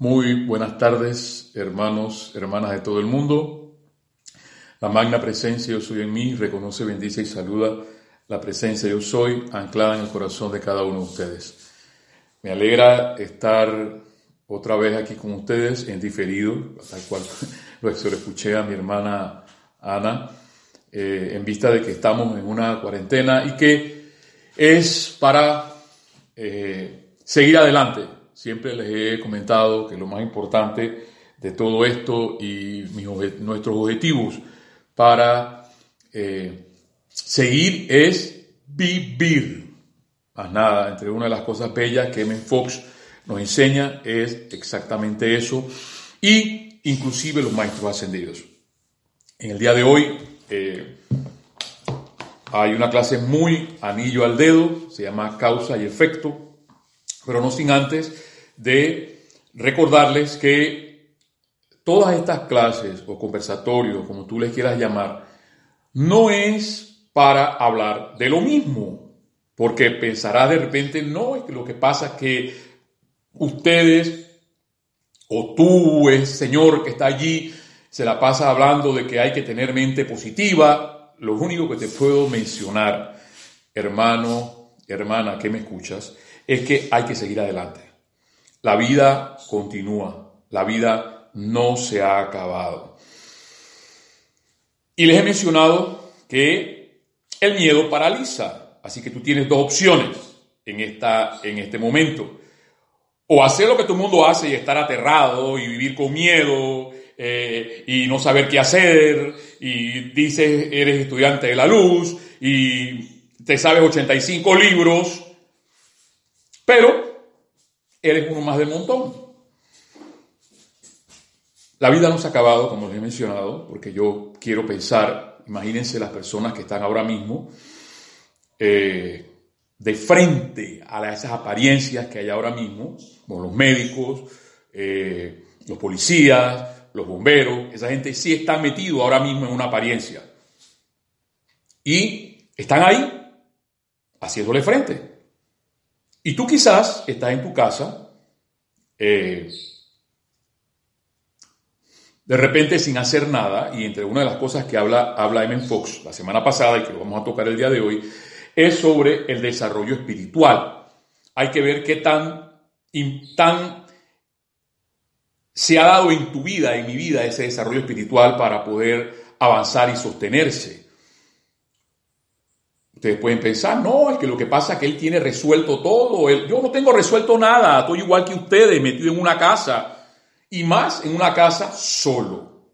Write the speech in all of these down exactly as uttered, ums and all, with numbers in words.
Muy buenas tardes, hermanos, hermanas de todo el mundo. La magna presencia Yo Soy en mí reconoce, bendice y saluda la presencia Yo Soy anclada en el corazón de cada uno de ustedes. Me alegra estar otra vez aquí con ustedes en diferido, tal cual lo se lo escuché a mi hermana Ana, eh, en vista de que estamos en una cuarentena y que es para eh, seguir adelante. Siempre les he comentado que lo más importante de todo esto y mis obje- nuestros objetivos para eh, seguir es vivir. Más nada, entre una de las cosas bellas que M. Fox nos enseña es exactamente eso, y inclusive los maestros ascendidos. En el día de hoy eh, hay una clase muy anillo al dedo, se llama Causa y Efecto, pero no sin antes de recordarles que todas estas clases o conversatorios, como tú les quieras llamar, no es para hablar de lo mismo, porque pensarás de repente, no, es que lo que pasa es que ustedes o tú, el señor que está allí, se la pasa hablando de que hay que tener mente positiva. Lo único que te puedo mencionar, hermano, hermana, que me escuchas, es que hay que seguir adelante. La vida continúa, la vida no se ha acabado. Y les he mencionado que el miedo paraliza, así que tú tienes dos opciones en, esta, en este momento. O hacer lo que todo el mundo hace y estar aterrado y vivir con miedo eh, y no saber qué hacer, y dices eres estudiante de la luz y te sabes ochenta y cinco libros, pero eres uno más del montón. La vida no se ha acabado, como les he mencionado, porque yo quiero pensar, imagínense las personas que están ahora mismo eh, de frente a esas apariencias que hay ahora mismo, como los médicos, eh, los policías, los bomberos. Esa gente sí está metido ahora mismo en una apariencia. Y están ahí, haciéndole frente. Y tú quizás estás en tu casa, eh, de repente sin hacer nada, y entre una de las cosas que habla, habla M. Fox la semana pasada y que lo vamos a tocar el día de hoy, es sobre el desarrollo espiritual. Hay que ver qué tan, tan se ha dado en tu vida, en mi vida, ese desarrollo espiritual para poder avanzar y sostenerse. Ustedes pueden pensar, no, es que lo que pasa es que él tiene resuelto todo. Él, yo no tengo resuelto nada, estoy igual que ustedes, metido en una casa, y más en una casa solo.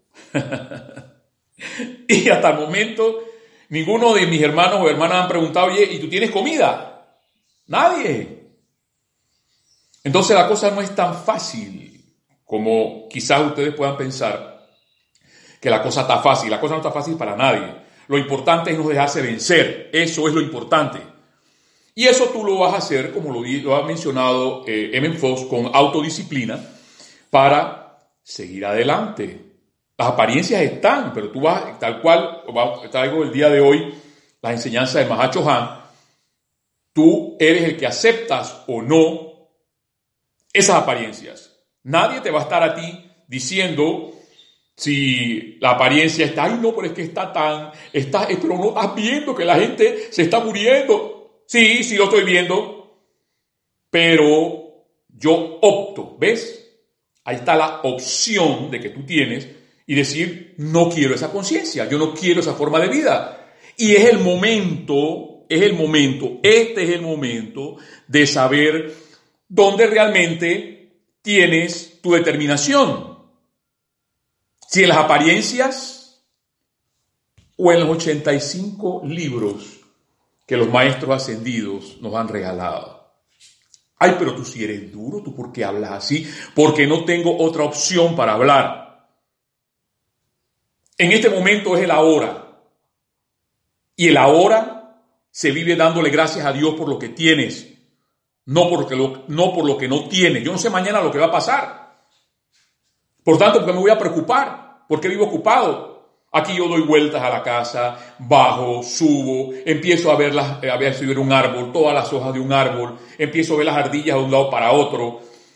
Y hasta el momento, ninguno de mis hermanos o hermanas han preguntado, oye, ¿y tú tienes comida? Nadie. Entonces la cosa no es tan fácil como quizás ustedes puedan pensar que la cosa está fácil. La cosa no está fácil para nadie. Lo importante es no dejarse vencer. Eso es lo importante. Y eso tú lo vas a hacer, como lo, lo ha mencionado eh, M. Fox, con autodisciplina para seguir adelante. Las apariencias están, pero tú vas, tal cual, traigo el día de hoy las enseñanzas del Maha Chohan, tú eres el que aceptas o no esas apariencias. Nadie te va a estar a ti diciendo, si la apariencia está, ay no, pero es que está tan, está, pero no estás viendo que la gente se está muriendo. Sí, sí lo estoy viendo, pero yo opto, ¿ves? Ahí está la opción de que tú tienes y decir, no quiero esa conciencia, yo no quiero esa forma de vida. Y es el momento, es el momento, este es el momento de saber dónde realmente tienes tu determinación. Si en las apariencias o en los ochenta y cinco libros que los maestros ascendidos nos han regalado. Ay, pero tú sí eres duro, ¿tú por qué hablas así? Porque no tengo otra opción para hablar. En este momento es el ahora. Y el ahora se vive dándole gracias a Dios por lo que tienes, no por lo que, lo, no por lo que no tienes. Yo no sé mañana lo que va a pasar. Por tanto, ¿por qué me voy a preocupar? ¿Por qué vivo ocupado? Aquí yo doy vueltas a la casa, bajo, subo, empiezo a ver, las, a ver subir un árbol, todas las hojas de un árbol, empiezo a ver las ardillas de un lado para otro,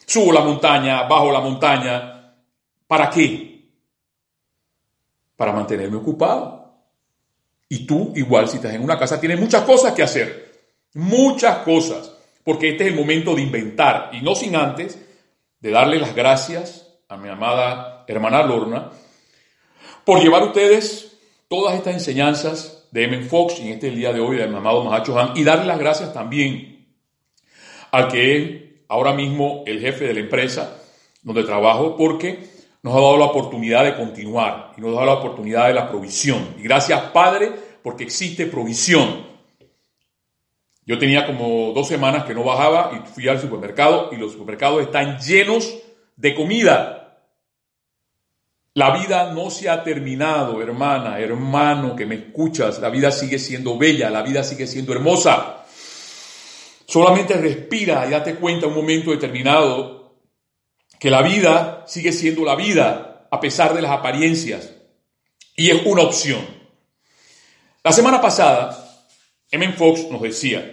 Subo la montaña, bajo la montaña. ¿Para qué? Para mantenerme ocupado. Y tú, igual, si estás en una casa, tienes muchas cosas que hacer. Muchas cosas. Porque este es el momento de inventar. Y no sin antes de darle las gracias a mi amada hermana Lorna por llevar a ustedes todas estas enseñanzas de M. Fox, y en este el día de hoy del amado Mahacho Han, y darle las gracias también al que es ahora mismo el jefe de la empresa donde trabajo, porque nos ha dado la oportunidad de continuar y nos ha dado la oportunidad de la provisión. Y gracias, Padre, porque existe provisión. Yo tenía como dos semanas que no bajaba y fui al supermercado y los supermercados están llenos de comida. La vida no se ha terminado, hermana, hermano que me escuchas. La vida sigue siendo bella, la vida sigue siendo hermosa. Solamente respira y date cuenta un momento determinado que la vida sigue siendo la vida a pesar de las apariencias. Y es una opción. La semana pasada, M. Fox nos decía,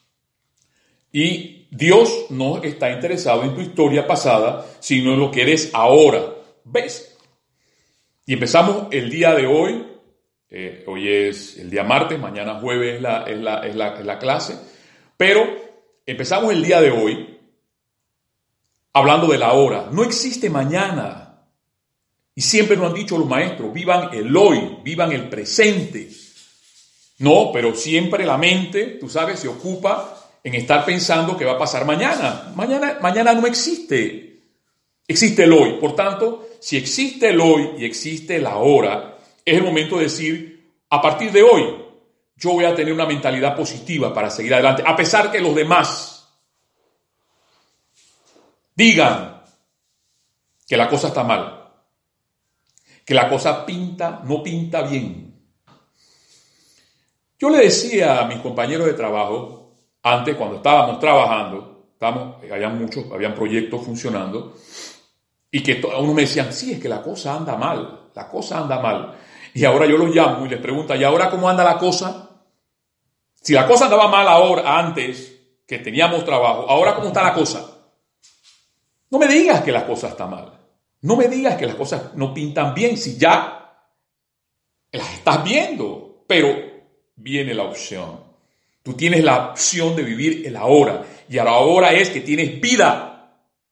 y Dios no está interesado en tu historia pasada, sino en lo que eres ahora. ¿Ves? Y empezamos el día de hoy, eh, hoy es el día martes, mañana jueves es la, es, la, es, la, es la clase, pero empezamos el día de hoy hablando de la hora. No existe mañana. Y siempre nos han dicho los maestros, vivan el hoy, vivan el presente. No, pero siempre la mente, tú sabes, se ocupa en estar pensando que va a pasar mañana. Mañana, mañana no existe. Existe el hoy. Por tanto, si existe el hoy y existe la hora, es el momento de decir, a partir de hoy, yo voy a tener una mentalidad positiva para seguir adelante, a pesar que los demás digan que la cosa está mal, que la cosa pinta, no pinta bien. Yo le decía a mis compañeros de trabajo, antes cuando estábamos trabajando, estábamos, habían muchos, habían proyectos funcionando, y que to, unos me decían, sí, es que la cosa anda mal, la cosa anda mal. Y ahora yo los llamo y les pregunto, ¿y ahora cómo anda la cosa? Si la cosa andaba mal ahora, antes, que teníamos trabajo, ¿ahora cómo está la cosa? No me digas que la cosa está mal. No me digas que las cosas no pintan bien, si ya las estás viendo, pero viene la opción. Tú tienes la opción de vivir el ahora. Y el ahora es que tienes vida.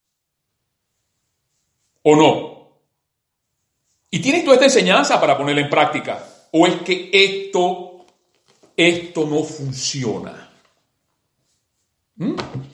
¿O no? Y tienes toda esta enseñanza para ponerla en práctica. ¿O es que esto, esto no funciona? ¿Mm?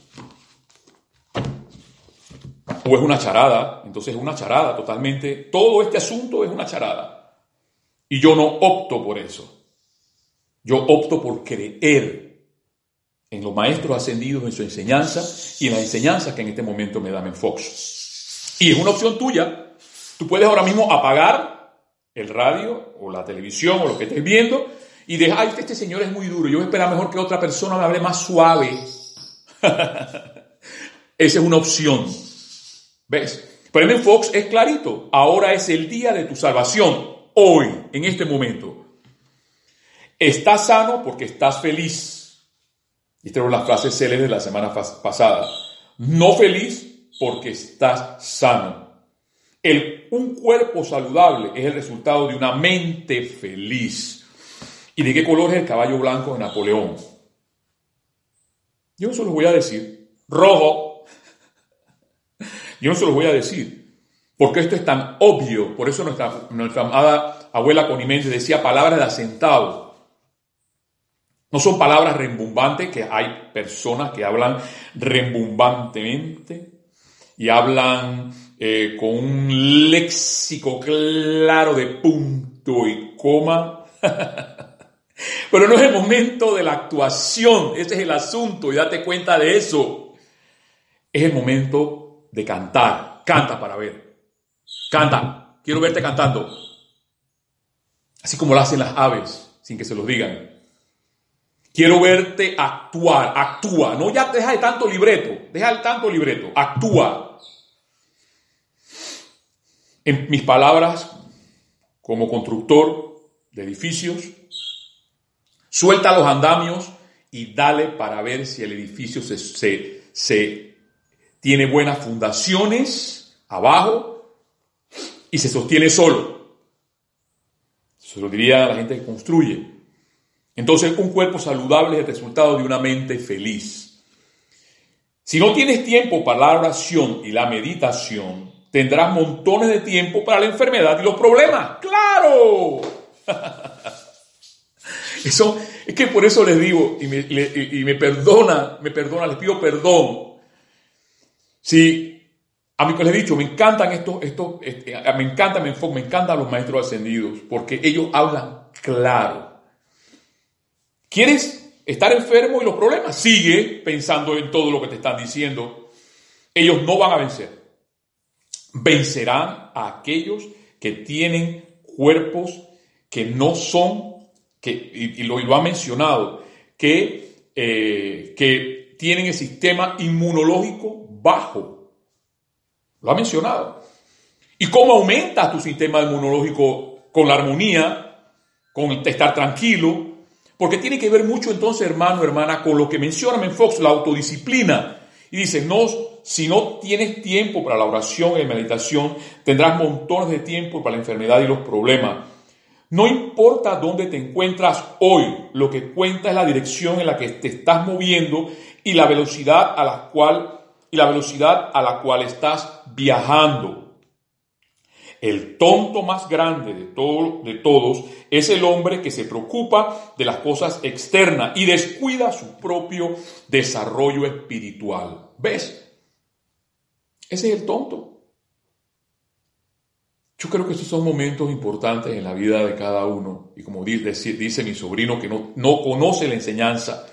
¿O es una charada? Entonces es una charada totalmente. Todo este asunto es una charada. Y yo no opto por eso. Yo opto por creer en los maestros ascendidos, en su enseñanza y en la enseñanza que en este momento me da M. Fox. Y es una opción tuya. Tú puedes ahora mismo apagar el radio o la televisión o lo que estés viendo y dejar, ay, este señor es muy duro, yo voy a esperar mejor que otra persona me hable más suave. Esa es una opción. ¿Ves? Pero M. Fox es clarito. Ahora es el día de tu salvación. Hoy, en este momento. Estás sano porque estás feliz. Y esta era una frase célebre de la semana pasada. No feliz porque estás sano. El, un cuerpo saludable es el resultado de una mente feliz. ¿Y de qué color es el caballo blanco de Napoleón? Yo no se los voy a decir. Rojo. Yo no se los voy a decir. Porque esto es tan obvio. Por eso nuestra, nuestra amada abuela Conimente decía palabras de acentado. No son palabras rembombantes, que hay personas que hablan rembombantemente y hablan eh, con un léxico claro de punto y coma. Pero no es el momento de la actuación, ese es el asunto y date cuenta de eso. Es el momento de cantar. Canta para ver. Canta. Quiero verte cantando. Así como lo hacen las aves, sin que se los digan. Quiero verte actuar, actúa. No ya deja de tanto libreto, deja de tanto libreto, actúa. En mis palabras, como constructor de edificios, suelta los andamios y dale para ver si el edificio se, se, se, tiene buenas fundaciones abajo y se sostiene solo. Se lo diría a la gente que construye. Entonces, un cuerpo saludable es el resultado de una mente feliz. Si no tienes tiempo para la oración y la meditación, tendrás montones de tiempo para la enfermedad y los problemas. ¡Claro! Eso, es que por eso les digo, y me, le, y me perdona, me perdona, les pido perdón. Si, a mí que les he dicho, me encantan estos, estos, este, me encanta, me enfoco, me encantan los maestros ascendidos, porque ellos hablan claro. ¿Quieres estar enfermo y los problemas? Sigue pensando en todo lo que te están diciendo. Ellos no van a vencer. Vencerán a aquellos que tienen cuerpos que no son, que, y, y, lo, y lo ha mencionado, que, eh, que tienen el sistema inmunológico bajo. Lo ha mencionado. ¿Y cómo aumentas tu sistema inmunológico? Con la armonía, con estar tranquilo, porque tiene que ver mucho entonces, hermano, hermana, con lo que menciona Menfox, la autodisciplina. Y dice, no, si no tienes tiempo para la oración y la meditación, tendrás montones de tiempo para la enfermedad y los problemas. No importa dónde te encuentras hoy, lo que cuenta es la dirección en la que te estás moviendo y la velocidad a la cual, y la velocidad a la cual estás viajando. El tonto más grande de, todo, de todos es el hombre que se preocupa de las cosas externas y descuida su propio desarrollo espiritual. ¿Ves? Ese es el tonto. Yo creo que estos son momentos importantes en la vida de cada uno. Y como dice, dice mi sobrino que no, no conoce la enseñanza,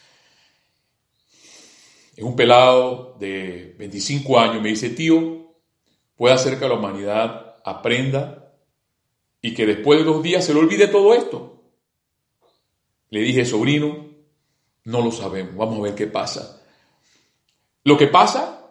es un pelado de veinticinco años, me dice, tío, puede hacer que la humanidad aprenda y que después de dos días se le olvide todo esto. Le dije, sobrino, no lo sabemos, vamos a ver qué pasa. Lo que pasa,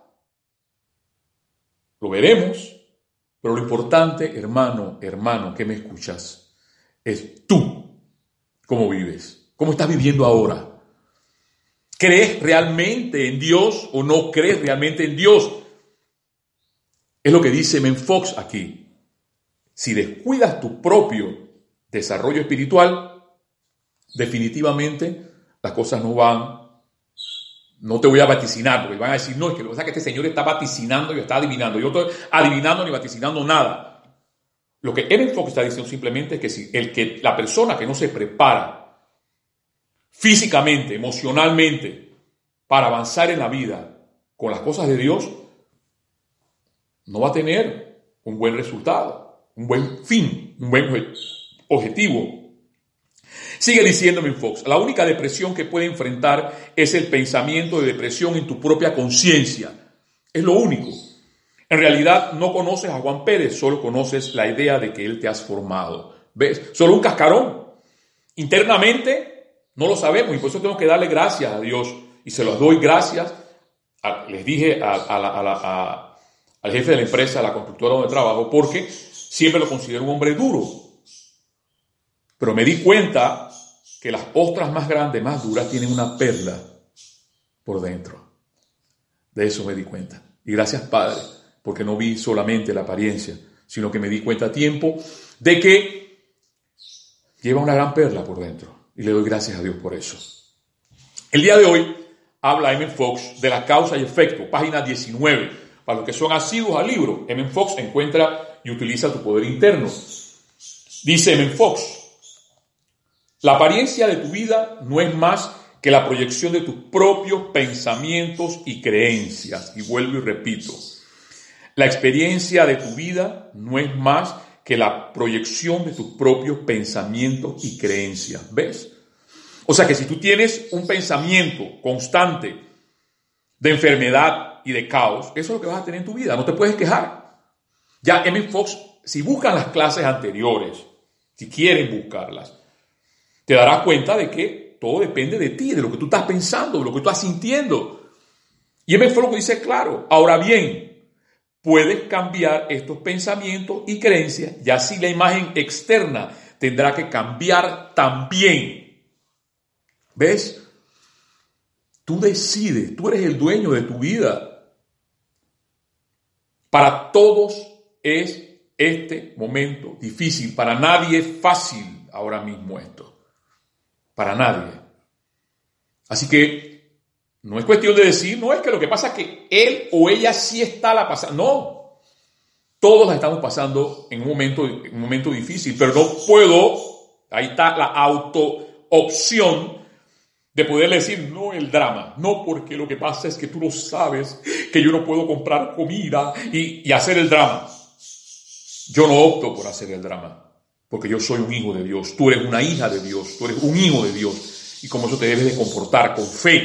lo veremos. Pero lo importante, hermano, hermano, que me escuchas, es tú, cómo vives, cómo estás viviendo ahora. ¿Crees realmente en Dios o no crees realmente en Dios? Es lo que dice Menfox aquí. Si descuidas tu propio desarrollo espiritual, definitivamente las cosas no van. No te voy a vaticinar, porque van a decir, no, es que lo que pasa es que este señor está vaticinando y está adivinando. Yo no estoy adivinando ni vaticinando nada. Lo que Ellen Fox está diciendo simplemente es que si el que, la persona que no se prepara físicamente, emocionalmente, para avanzar en la vida con las cosas de Dios, no va a tener un buen resultado, un buen fin, un buen objetivo. Sigue diciéndome Fox, la única depresión que puede enfrentar es el pensamiento de depresión en tu propia conciencia. Es lo único. En realidad no conoces a Juan Pérez, solo conoces la idea de que él te has formado. ¿Ves? Solo un cascarón. Internamente no lo sabemos y por eso tengo que darle gracias a Dios. Y se los doy gracias. A, les dije a, a la, a la, a, al jefe de la empresa, a la constructora donde trabajo, porque siempre lo considero un hombre duro. Pero me di cuenta que las ostras más grandes, más duras, tienen una perla por dentro. De eso me di cuenta. Y gracias, Padre, porque no vi solamente la apariencia, sino que me di cuenta a tiempo de que lleva una gran perla por dentro. Y le doy gracias a Dios por eso. El día de hoy habla Emmett Fox de la causa y efecto, página diecinueve. Para los que son asiduos al libro, Emmett Fox encuentra y utiliza tu poder interno. Dice Emmett Fox, la apariencia de tu vida no es más que la proyección de tus propios pensamientos y creencias. Y vuelvo y repito, la experiencia de tu vida no es más que la proyección de tus propios pensamientos y creencias. ¿Ves? O sea que si tú tienes un pensamiento constante de enfermedad y de caos, eso es lo que vas a tener en tu vida. No te puedes quejar. Ya Emmett Fox, si buscan las clases anteriores, si quieren buscarlas, te darás cuenta de que todo depende de ti, de lo que tú estás pensando, de lo que tú estás sintiendo. Y Emmett Fox dice claro, ahora bien, puedes cambiar estos pensamientos y creencias, y así la imagen externa tendrá que cambiar también. ¿Ves? Tú decides, tú eres el dueño de tu vida. Para todos es este momento difícil. Para nadie es fácil ahora mismo esto. Para nadie. Así que no es cuestión de decir, no es que lo que pasa es que él o ella sí está la pasando. No. Todos la estamos pasando en un momento, en un momento difícil, pero no puedo, ahí está la auto-opción de poderle decir, no el drama, no, porque lo que pasa es que tú lo sabes, que yo no puedo comprar comida y, y hacer el drama. Yo no opto por hacer el drama, porque yo soy un hijo de Dios, tú eres una hija de Dios, tú eres un hijo de Dios, y como eso te debes de comportar con fe.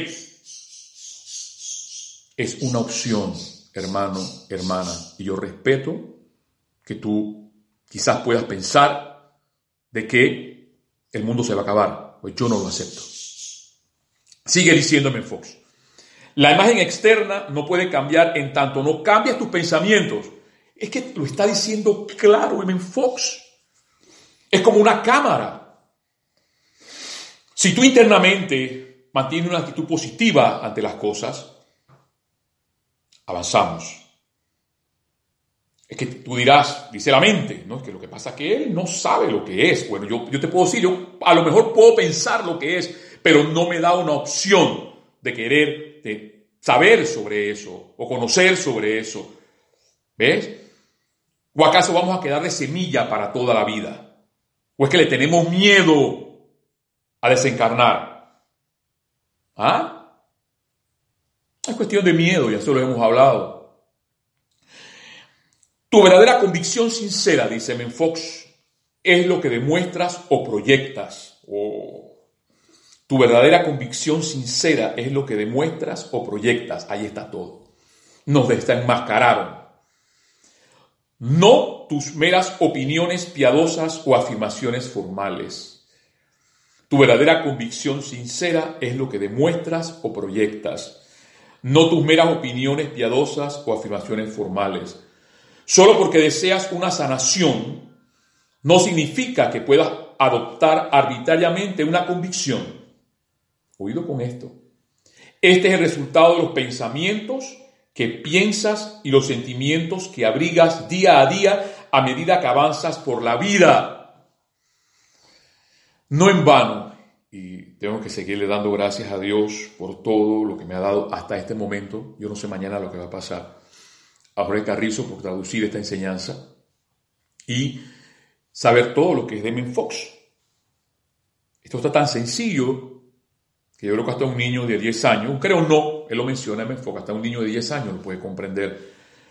Es una opción, hermano, hermana, y yo respeto que tú quizás puedas pensar de que el mundo se va a acabar, pues yo no lo acepto. Sigue diciéndome Fox. La imagen externa no puede cambiar en tanto no cambias tus pensamientos. Es que lo está diciendo claro M. Fox. Es como una cámara. Si tú internamente mantienes una actitud positiva ante las cosas, avanzamos. Es que tú dirás, dice la mente, ¿no? Es que lo que pasa es que él no sabe lo que es. Bueno, yo, yo te puedo decir, yo a lo mejor puedo pensar lo que es, pero no me da una opción de querer de saber sobre eso o conocer sobre eso. ¿Ves? ¿O acaso vamos a quedar de semilla para toda la vida? ¿O es que le tenemos miedo a desencarnar? ¿Ah? Es cuestión de miedo, ya se lo hemos hablado. Tu verdadera convicción sincera, dice M. Fox, es lo que demuestras o proyectas. Oh. Tu verdadera convicción sincera es lo que demuestras o proyectas. Ahí está todo. Nos desenmascararon. No tus meras opiniones piadosas o afirmaciones formales. Tu verdadera convicción sincera es lo que demuestras o proyectas. No tus meras opiniones piadosas o afirmaciones formales. Solo porque deseas una sanación, no significa que puedas adoptar arbitrariamente una convicción. Oído con esto. Este es el resultado de los pensamientos que piensas y los sentimientos que abrigas día a día a medida que avanzas por la vida. No en vano, y tengo que seguirle dando gracias a Dios por todo lo que me ha dado hasta este momento. Yo no sé mañana lo que va a pasar. A Jorge Carrizo por traducir esta enseñanza y saber todo lo que es de M. Fox. Esto está tan sencillo que yo creo que hasta un niño de diez años, creo no, él lo menciona M. Fox, hasta un niño de diez años lo puede comprender.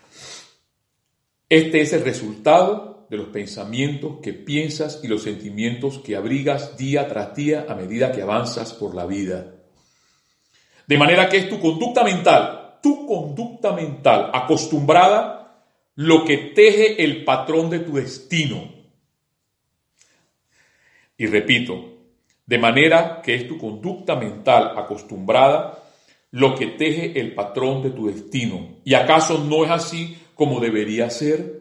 Este es el resultado de los pensamientos que piensas y los sentimientos que abrigas día tras día a medida que avanzas por la vida. De manera que es tu conducta mental, tu conducta mental acostumbrada lo que teje el patrón de tu destino. Y repito, de manera que es tu conducta mental acostumbrada lo que teje el patrón de tu destino. ¿Y acaso no es así como debería ser?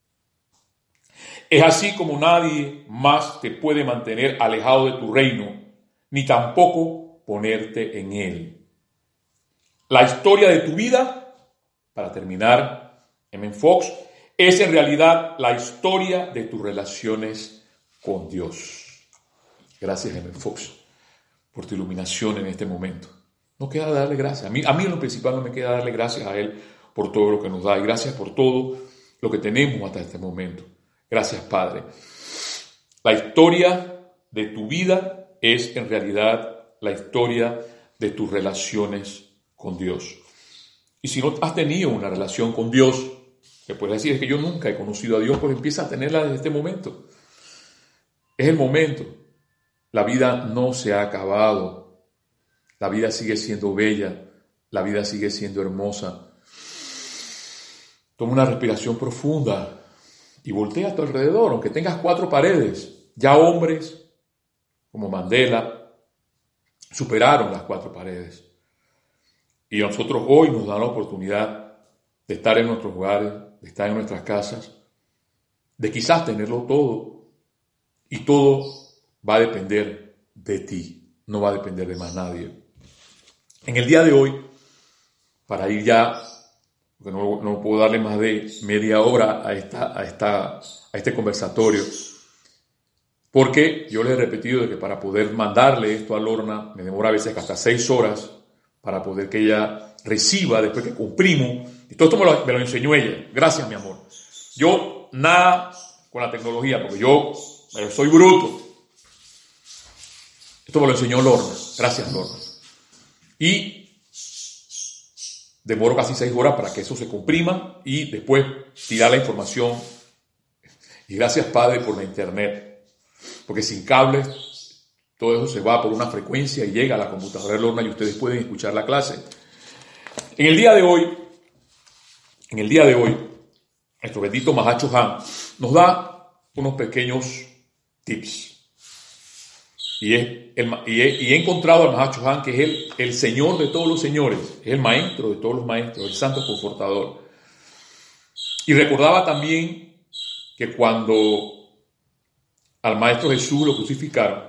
Es así como nadie más te puede mantener alejado de tu reino, ni tampoco ponerte en él. La historia de tu vida, para terminar, M. Fox, es en realidad la historia de tus relaciones con Dios. Gracias, M. Fox, por tu iluminación en este momento. No queda darle gracias. A mí, a mí en lo principal no me queda darle gracias a Él por todo lo que nos da. Y gracias por todo lo que tenemos hasta este momento. Gracias, Padre. La historia de tu vida es en realidad la historia de tus relaciones con Dios. Y si no has tenido una relación con Dios, que puedes decir es que yo nunca he conocido a Dios, pues empieza a tenerla desde este momento. Es el momento. La vida no se ha acabado. La vida sigue siendo bella. La vida sigue siendo hermosa. Toma una respiración profunda y voltea a tu alrededor, aunque tengas cuatro paredes. Ya hombres como Mandela superaron las cuatro paredes. Y nosotros hoy nos dan la oportunidad de estar en nuestros hogares, de estar en nuestras casas, de quizás tenerlo todo. Y todo va a depender de ti, no va a depender de más nadie. En el día de hoy, para ir ya porque no, no puedo darle más de media hora a, esta, a, esta, a este conversatorio, porque yo les he repetido de que para poder mandarle esto a Lorna me demora a veces hasta seis horas para poder que ella reciba después que comprimo. Y todo esto me lo, me lo enseñó ella. Gracias, mi amor. Yo nada con la tecnología, porque yo, yo soy bruto. Esto me lo enseñó Lorna. Gracias, Lorna. Y demoro casi seis horas para que eso se comprima y después tirar la información. Y gracias, Padre, por la internet. Porque sin cables, todo eso se va por una frecuencia y llega a la computadora de Lorna y ustedes pueden escuchar la clase. En el día de hoy, en el día de hoy, nuestro bendito Mahacho Han nos da unos pequeños tips. Y, es el, y, he, y he encontrado al Mahacho Han, que es el, el Señor de todos los señores, es el maestro de todos los maestros, el Santo Confortador. Y recordaba también que cuando al Maestro Jesús lo crucificaron,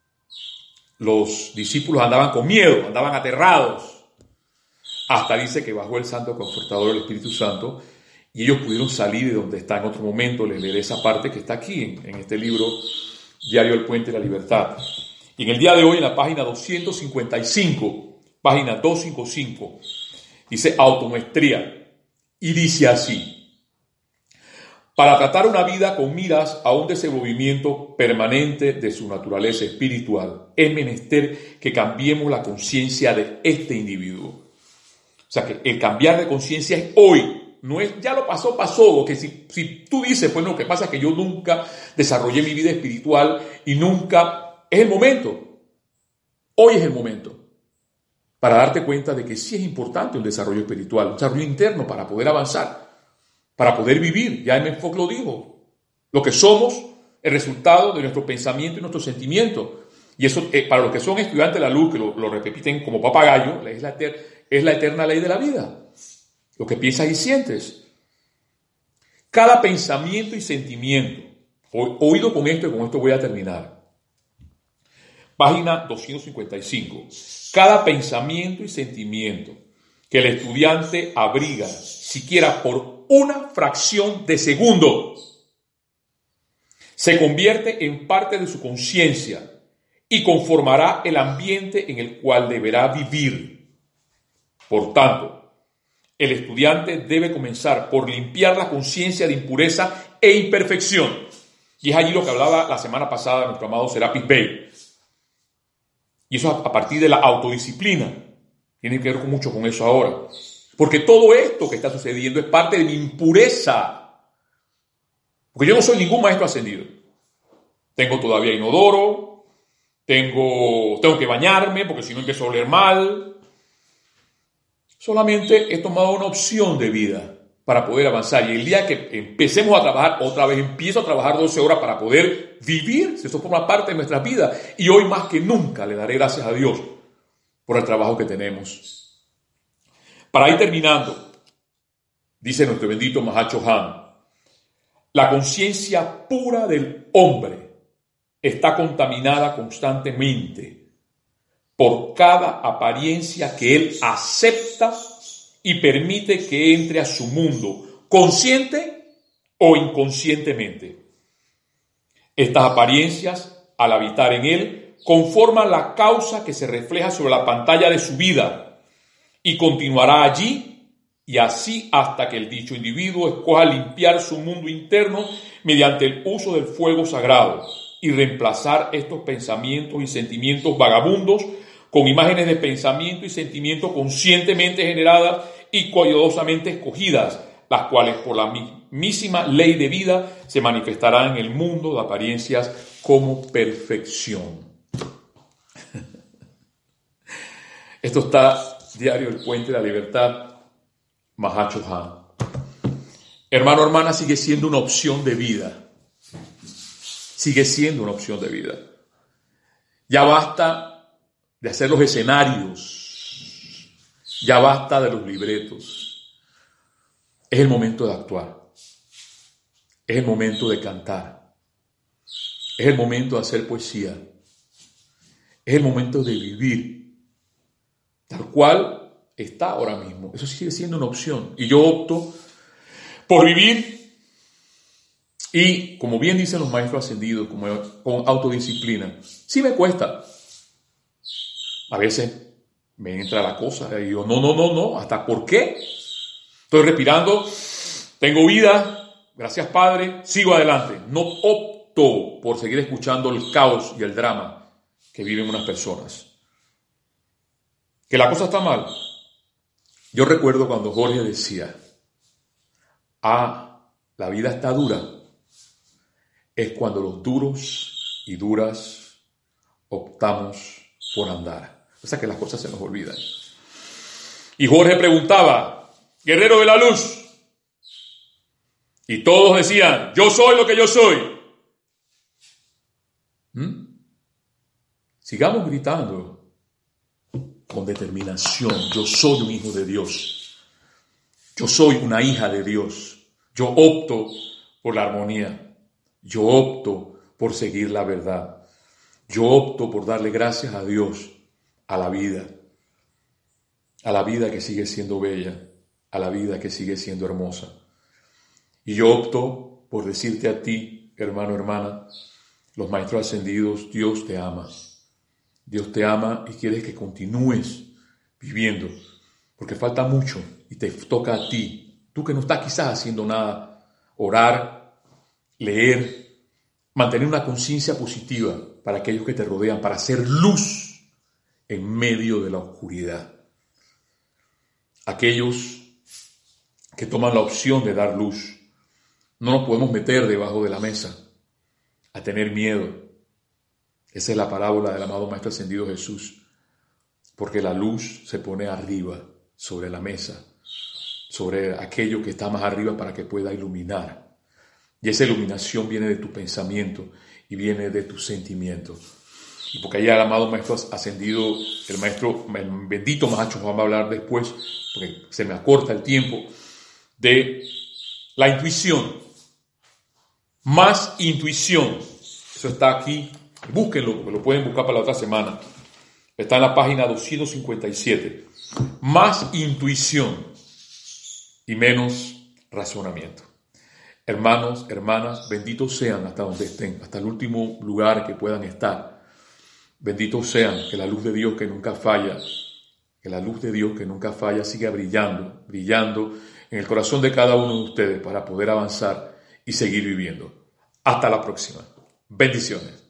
los discípulos andaban con miedo, andaban aterrados. Hasta dice que bajó el Santo Confortador, el Espíritu Santo, y ellos pudieron salir de donde está. En otro momento les leeré esa parte que está aquí, en, en este libro, Diario El Puente de la Libertad. Y en el día de hoy, en la página doscientos cincuenta y cinco, página doscientos cincuenta y cinco, dice automaestría, y dice así: para tratar una vida con miras a un desenvolvimiento permanente de su naturaleza espiritual, es menester que cambiemos la conciencia de este individuo. O sea, que el cambiar de conciencia es hoy. No es, ya lo pasó, pasó. O que si, si tú dices, pues no, lo que pasa es que yo nunca desarrollé mi vida espiritual y nunca... Es el momento. Hoy es el momento. Para darte cuenta de que sí es importante un desarrollo espiritual, un desarrollo interno para poder avanzar, para poder vivir. Ya M. Fox lo dijo. Lo que somos, el resultado de nuestro pensamiento y nuestro sentimiento. Y eso, eh, para los que son estudiantes de la luz, que lo, lo repiten como papagayo, es la, eter, es la eterna ley de la vida. Lo que piensas y sientes. Cada pensamiento y sentimiento. Oído con esto y con esto voy a terminar. Página doscientos cincuenta y cinco. Cada pensamiento y sentimiento que el estudiante abriga, siquiera por una fracción de segundo, se convierte en parte de su conciencia y conformará el ambiente en el cual deberá vivir. Por tanto, el estudiante debe comenzar por limpiar la conciencia de impureza e imperfección. Y es allí lo que hablaba la semana pasada nuestro amado Serapis Bey. Y eso a partir de la autodisciplina. Tiene que ver mucho con eso ahora. Porque todo esto que está sucediendo es parte de mi impureza. Porque yo no soy ningún maestro ascendido. Tengo todavía inodoro. Tengo, tengo que bañarme porque si no empiezo a oler mal. Solamente he tomado una opción de vida para poder avanzar. Y el día que empecemos a trabajar, otra vez empiezo a trabajar doce horas para poder vivir. Eso forma parte de nuestras vidas. Y hoy más que nunca le daré gracias a Dios por el trabajo que tenemos. Para ir terminando, dice nuestro bendito Mahacho Han, la conciencia pura del hombre está contaminada constantemente por cada apariencia que él acepta y permite que entre a su mundo, consciente o inconscientemente. Estas apariencias, al habitar en él, conforman la causa que se refleja sobre la pantalla de su vida y continuará allí y así hasta que el dicho individuo escoja limpiar su mundo interno mediante el uso del fuego sagrado y reemplazar estos pensamientos y sentimientos vagabundos con imágenes de pensamiento y sentimiento conscientemente generadas y cuidadosamente escogidas, las cuales por la mismísima ley de vida se manifestarán en el mundo de apariencias como perfección. Esto está Diario El Puente de la Libertad, Mahacho Han. Hermano, hermana, sigue siendo una opción de vida. Sigue siendo una opción de vida. Ya basta de hacer los escenarios. Ya basta de los libretos. Es el momento de actuar. Es el momento de cantar. Es el momento de hacer poesía. Es el momento de vivir tal cual está ahora mismo. Eso sigue siendo una opción. Y yo opto por vivir y, como bien dicen los maestros ascendidos, como con autodisciplina. Sí me cuesta. A veces me entra la cosa y digo, no, no, no, no, ¿hasta por qué? Estoy respirando, tengo vida, gracias Padre, sigo adelante. No opto por seguir escuchando el caos y el drama que viven unas personas. Que la cosa está mal. Yo recuerdo cuando Jorge decía, ah, la vida está dura. Es cuando los duros y duras optamos por andar. O sea que las cosas se nos olvidan. Y Jorge preguntaba, guerrero de la luz. Y todos decían, yo soy lo que yo soy. ¿Mm? Sigamos gritando con determinación. Yo soy un hijo de Dios. Yo soy una hija de Dios. Yo opto por la armonía. Yo opto por seguir la verdad. Yo opto por darle gracias a Dios, a la vida. A la vida que sigue siendo bella. A la vida que sigue siendo hermosa. Y yo opto por decirte a ti, hermano, hermana, los maestros ascendidos, Dios te ama. Dios te ama y quiere que continúes viviendo, porque falta mucho y te toca a ti. Tú que no estás quizás haciendo nada, orar, leer, mantener una conciencia positiva para aquellos que te rodean, para hacer luz en medio de la oscuridad. Aquellos que toman la opción de dar luz. No nos podemos meter debajo de la mesa a tener miedo. Esa es la parábola del amado Maestro Ascendido Jesús. Porque la luz se pone arriba, sobre la mesa, sobre aquello que está más arriba para que pueda iluminar. Y esa iluminación viene de tu pensamiento y viene de tus sentimientos. Y porque allá el amado Maestro Ascendido, el Maestro, el bendito Mahacho Juan va a hablar después, porque se me acorta el tiempo, de la intuición. Más intuición. Eso está aquí. Búsquenlo, porque lo pueden buscar para la otra semana. Está en la página doscientos cincuenta y siete. Más intuición y menos razonamiento. Hermanos, hermanas, benditos sean hasta donde estén, hasta el último lugar que puedan estar. Benditos sean, que la luz de Dios que nunca falla, que la luz de Dios que nunca falla siga brillando, brillando en el corazón de cada uno de ustedes para poder avanzar y seguir viviendo. Hasta la próxima. Bendiciones.